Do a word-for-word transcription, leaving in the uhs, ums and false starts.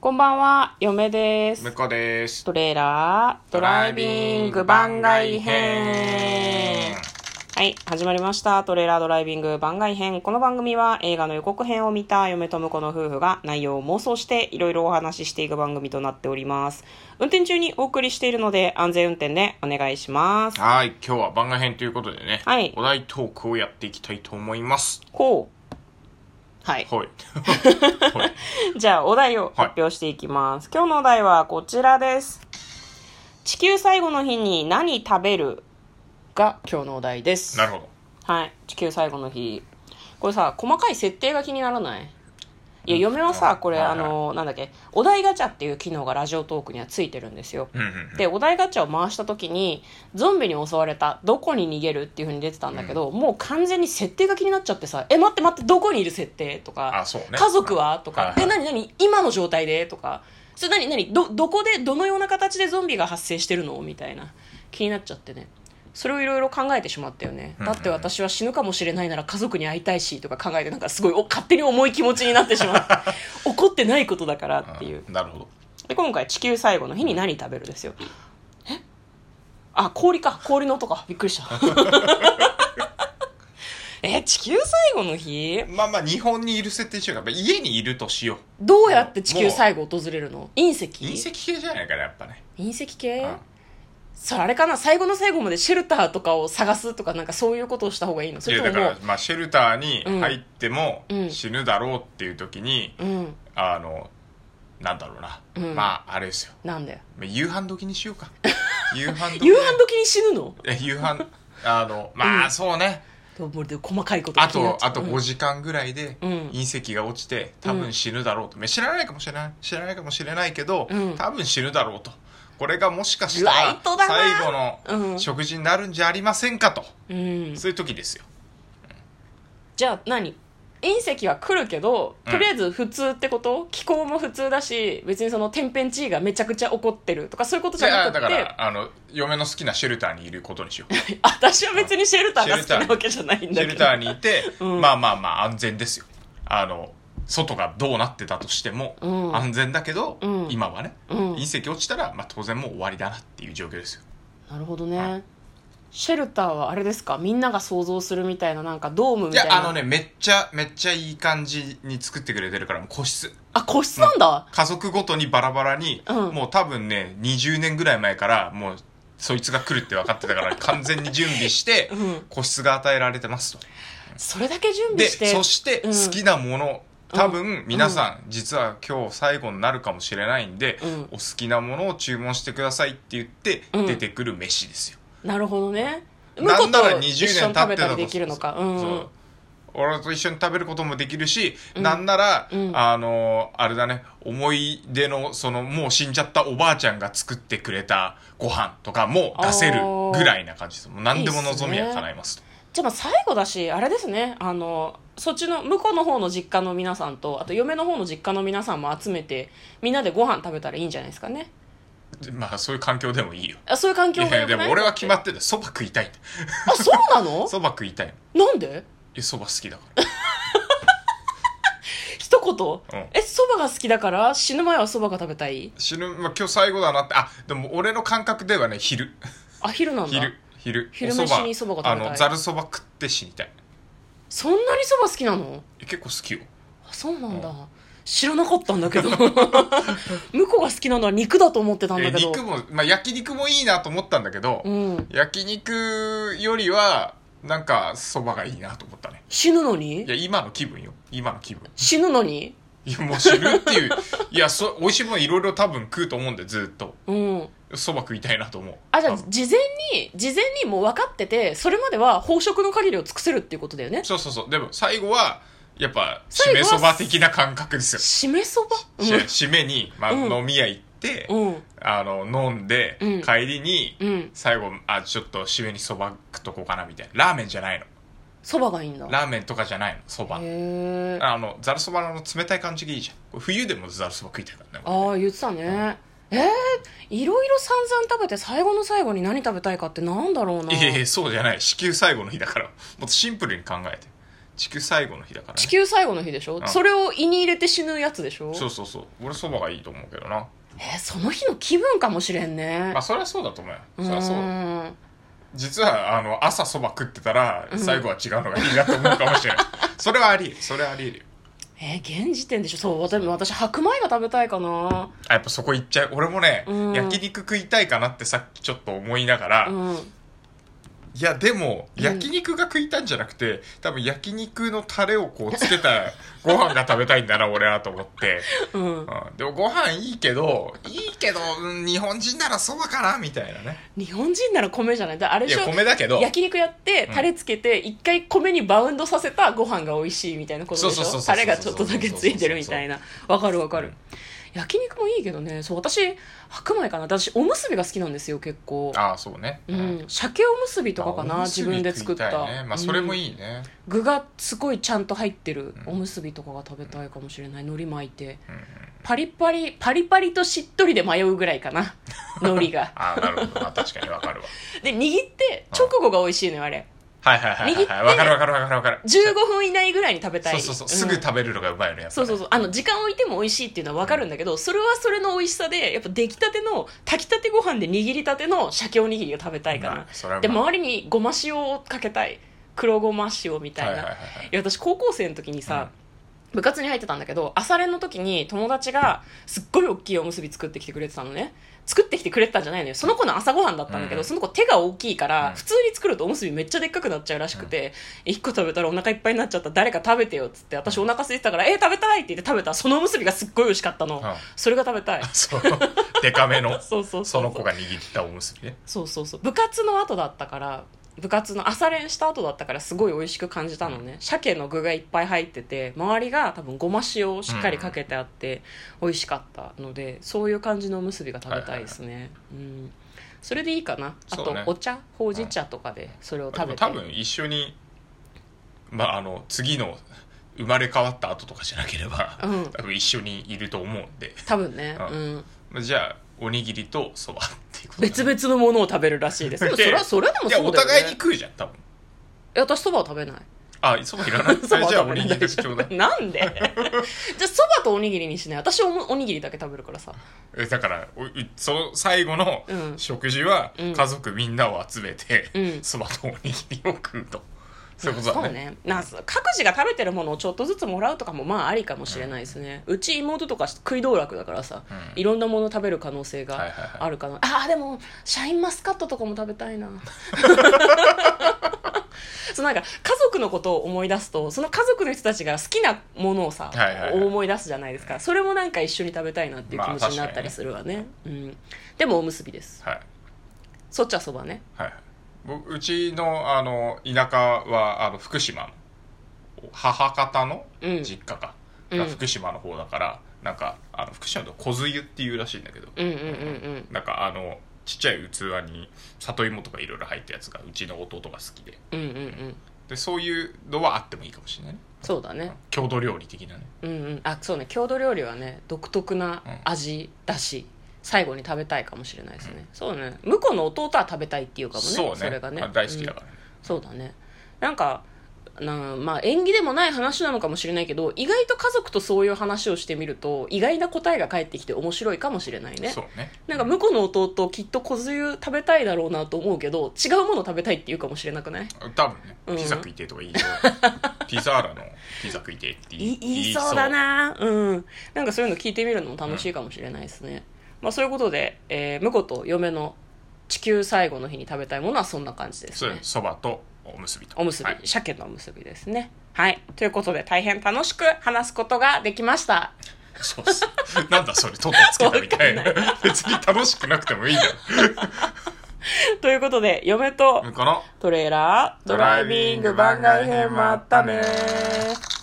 こんばんは、嫁です。 向こうです。 トレーラードライビング番外編。はい、始まりました。トレーラードライビング番外編。この番組は映画の予告編を見た嫁と婿の夫婦が内容を妄想していろいろお話ししていく番組となっております。運転中にお送りしているので安全運転でお願いします。 はい、今日は番外編ということでね、 はい、 お題トークをやっていきたいと思います。 ほう。はい。 はい。 じゃあ、お題を発表していきます。はい、今日のお題はこちらです。地球最後の日に何食べるが今日のお題です。 なるほど。 はい。地球最後の日。これさ、細かい設定が気にならない？いや、嫁はさ、これ、あの、なんだっけ、お題ガチャっていう機能がラジオトークにはついてるんですよ。で、お題ガチャを回した時に、ゾンビに襲われた、どこに逃げるっていう風に出てたんだけど、うん、もう完全に設定が気になっちゃってさ、え、待って待って、どこにいる設定とか、 あ、そうね、 家族はとか、 はいはい、 え、なになに今の状態でとか、それなになにど、どこで、どのような形でゾンビが発生してるのみたいな、気になっちゃってね。それをいろいろ考えてしまったよね。だって私は死ぬかもしれないなら家族に会いたいしとか考えて、なんかすごいお勝手に重い気持ちになってしまって怒ってないことだからっていう。 なるほど。 で今回地球最後の日に何食べるですよ。えあ氷か氷の音かびっくりしたえ地球最後の日、 まあまあ日本にいる設定しようか。家にいるとしよう。 どうやって地球最後訪れるの？隕石？ 隕石系じゃないからやっぱね。 隕石系、うん、それあれかな、最後の最後までシェルターとかを探すとか、なんかそういうことをした方がいいの？それとももう、 いやだからまあシェルターに入っても死ぬだろうっていう時に、うん、あのなんだろうな、うん、まああれですよ。 なんだよ。 夕飯時にしようか。夕飯時夕飯時に死ぬの？ 夕飯あのまあ、うん、そうね。 細かいことあとあとごじかんぐらいで隕石が落ちて多分死ぬだろうと、うん、知らないかもしれない知らないかもしれないけど、うん、多分死ぬだろうと。これがもしかしたら最後の食事になるんじゃありませんかと、うん、そういう時ですよ、 うん、じゃあ何隕石は来るけどとりあえず普通ってこと、うん、気候も普通だし別にその天変地異がめちゃくちゃ起こってるとかそういうことじゃなくて、 だからあの嫁の好きなシェルターにいることにしよう私は別にシェルターが好きなわけじゃないんだけど、 シェルターにいて、うん、まあまあまあ安全ですよ。あの外がどうなってたとしても安全だけど、うん、今はね、うん、隕石落ちたら、まあ、当然もう終わりだなっていう状況ですよ。 なるほどね、はい、シェルターはあれですか、みんなが想像するみたいななんかドームみたいな。 いやあのねめっちゃめっちゃいい感じに作ってくれてるから、もう個室。 あ個室なんだ。 家族ごとにバラバラに、うん、もう多分ねにじゅうねんぐらい前からもうそいつが来るって分かってたから完全に準備して個室が与えられてますと、 うん、それだけ準備して。 でそして好きなもの、うん、多分皆さん、うん、実は今日最後になるかもしれないんで、うん、お好きなものを注文してくださいって言って出てくる飯ですよ、 うん、なるほどね。 なんならにじゅうねん経ってたと食べできるのか、うん、 そう俺と一緒に食べることもできるし、うん、なんなら、うん、あのあれだね、思い出のそのもう死んじゃったおばあちゃんが作ってくれたご飯とかも出せるぐらいな感じです。もう何でも望みは叶いますと。いいっすね。 じゃあまあ最後だしあれですね、あのそっちの向こうの方の実家の皆さんとあと嫁の方の実家の皆さんも集めてみんなでご飯食べたらいいんじゃないですかね。 まあそういう環境でもいいよ。 あそういう環境がよくない？ いやでも俺は決まっててそば食いたい。 あそうなの？ そば食いたい。 なんで？ えそば好きだから一言、うん、えそばが好きだから死ぬ前はそばが食べたい？ 死ぬ、まあ、今日最後だなって。あでも俺の感覚ではね昼。 あ昼なんだ。 昼昼昼飯にそばが食べたい。 あのざるそば食って死にたい。 そんなにそば好きなの？ 結構好きよ。 あそうなんだ、うん、知らなかったんだけど向こうが好きなのは肉だと思ってたんだけど。 肉も、まあ、焼肉もいいなと思ったんだけど、うん、焼肉よりはなんかそばがいいなと思ったね。 死ぬのに？ いや今の気分よ今の気分。 死ぬのに？ いやもう死ぬっていういやそ美味しいものいろいろ多分食うと思うんでずっとそば、うん、食いたいなと思う。 あじゃあ事前に事前にもう分かっててそれまでは飽食の限りを尽くせるっていうことだよね。 そうそうそう。でも最後はやっぱ締めそば的な感覚ですよ。 締めそば、 うん、締めに、まあ、飲み屋行って、うん、あの飲んで、うん、帰りに、うん、最後あちょっと締めにそば食っとこうかなみたいな。ラーメンじゃないの。 そばがいいんだ。 ラーメンとかじゃないのそば。へあのざるそばの冷たい感じがいいじゃん。冬でもざるそば食いたいからね。 ああ言ってたね、うん、えー、いろいろ散々食べて最後の最後に何食べたいかってなんだろうな。 いやいやそうじゃない。地球最後の日だからもっとシンプルに考えて地球最後の日だからね。 地球最後の日でしょ、うん、それを胃に入れて死ぬやつでしょ。 そうそうそう。俺そばがいいと思うけどな。 えー、その日の気分かもしれんね。 まあそれはそうだと思うよ。そりゃそうだ。実はあの朝そば食ってたら最後は違うのがいいなと思うかもしれない、うん、それはありえる。それはありえるよ。 えー、現時点でしょ。そう私、私白米が食べたいかな。 あ、やっぱそこ行っちゃう。俺もね、うん、焼肉食いたいかなってさっきちょっと思いながら、うん、いやでも焼肉が食いたいんじゃなくて、うん、多分焼肉のタレをこうつけたご飯が食べたいんだな俺はと思って、うんうん、でもご飯いいけどいいけど、うん、日本人ならそばかなみたいなね。 日本人なら米じゃない。だあれでしょ。 いや米だけど焼肉やってタレつけて一回米にバウンドさせたご飯が美味しいみたいなことでしょ。タレがちょっとだけついてるみたいな。わかるわかる、うん、焼肉もいいけどね。そう私白米かな。私おむすびが好きなんですよ結構。 ああそうね、 うん、鮭おむすびとかかな。自分で作った、 ね、まあそれもいいね、 うん、具がすごいちゃんと入ってるおむすびとかが食べたいかもしれない。海苔巻いて、うん、パリパリパリパリとしっとりで迷うぐらいかな海苔がああなるほど、まあ、確かにわかるわで握って直後が美味しいのよあれ。 はいはいはいはい、わかるわかるわかるわかる。 じゅうごふん以内ぐらいに食べたい。 そうそうそう、すぐ食べるのがうまいよね、やっぱそうそうそう。あの時間置いても美味しいっていうのはわかるんだけど、それはそれの美味しさでやっぱ出来たての炊きたてご飯で握りたての鮭おにぎりを食べたいかな、まあ、で周りにごま塩をかけたい。黒ごま塩みたいな、はいはいはいはい、いや私高校生の時にさ、うん、部活に入ってたんだけど朝練の時に友達がすっごい大きいおむすび作ってきてくれてたのね。作ってきてくれてたんじゃないのよ。その子の朝ごはんだったんだけど、うん、その子手が大きいから、うん、普通に作るとおむすびめっちゃでっかくなっちゃうらしくて、うん、いっこ食べたらお腹いっぱいになっちゃった。誰か食べてよっつって、私お腹空いてたから、えー、食べたいって言って食べたらそのおむすびがすっごい美味しかったの、うん、それが食べたい。 そうデカめのそうそうそうそう、 その子が握ったおむすびね。 そうそうそう。部活の後だったから部活の朝練した後だったからすごい美味しく感じたのね、うん、鮭の具がいっぱい入ってて周りが多分ごま塩をしっかりかけてあって美味しかったので、そういう感じのおむすびが食べたいですね、はいはいはい、うん、それでいいかな。あと、ね、お茶ほうじ茶とかでそれを食べて、 多分一緒に、まあ、あの次の生まれ変わった後とかじゃなければ、うん、多分一緒にいると思うんで多分ね、うんうん、じゃあおにぎりとそばっていうこと、 ね、別々のものを食べるらしいです。それはそれでもそうだよね。いやお互いに食うじゃん多分。 え私そばは食べない。 あそばいらないそばじゃあおにぎりちょうだいなんでじゃあそばとおにぎりにしない。私 お, おにぎりだけ食べるからさ。 えだからそ最後の食事は家族みんなを集めてそば、うん、とおにぎりを食うと、そういうことだね。そうね。な各自が食べてるものをちょっとずつもらうとかもまあありかもしれないですね、うん、うち妹とか食い道楽だからさ、うん、いろんなもの食べる可能性があるかな、はいはいはい、あでもシャインマスカットとかも食べたいなそうなんか家族のことを思い出すとその家族の人たちが好きなものをさ、はいはいはい、思い出すじゃないですか。それもなんか一緒に食べたいなっていう気持ちになったりするわね、まあ、ね、うん、でもおむすびです、はい、そっちはそばね、はい、うち の, あの田舎はあの福島の母方の実家か、うん、が福島の方だから、うん、なんかあの福島の小津湯っていうらしいんだけど、 うんうんうんうん、 なんかあのちっちゃい器に里芋とかいろいろ入ったやつがうちの弟が好きで、 うんうんうん、 でそういうのはあってもいいかもしれないね。 そうだね。 郷土料理的なね、 うんうん、あそうね。郷土料理はね独特な味だし、うん、最後に食べたいかもしれないですね、うん、そうね。向こうの弟は食べたいっていうかもね。 そうね、 それがね大好きだからね、うん、 そうだね。なんかなまあ縁起でもない話なのかもしれないけど意外と家族とそういう話をしてみると意外な答えが返ってきて面白いかもしれないね。 そうね。 なんか向こうの弟きっと小梅食べたいだろうなと思うけど違うもの食べたいって言うかもしれなくない？ 多分ね、うん、ピザ食いてとか言いそうピザーラのピザ食いてって言い, 言いそうだな。うんなんかそういうの聞いてみるのも楽しいかもしれないですね、うん、まあそういうことで、えー、婿と嫁の地球最後の日に食べたいものはそんな感じですね。 そばとおむすびとおむすび、はい、鮭のおむすびですね。はいということで大変楽しく話すことができました。 そうっすなんだそれ取ってつけたみたいな別に楽しくなくてもいいんだよということで嫁とトレーラードライビング番外編もあったね。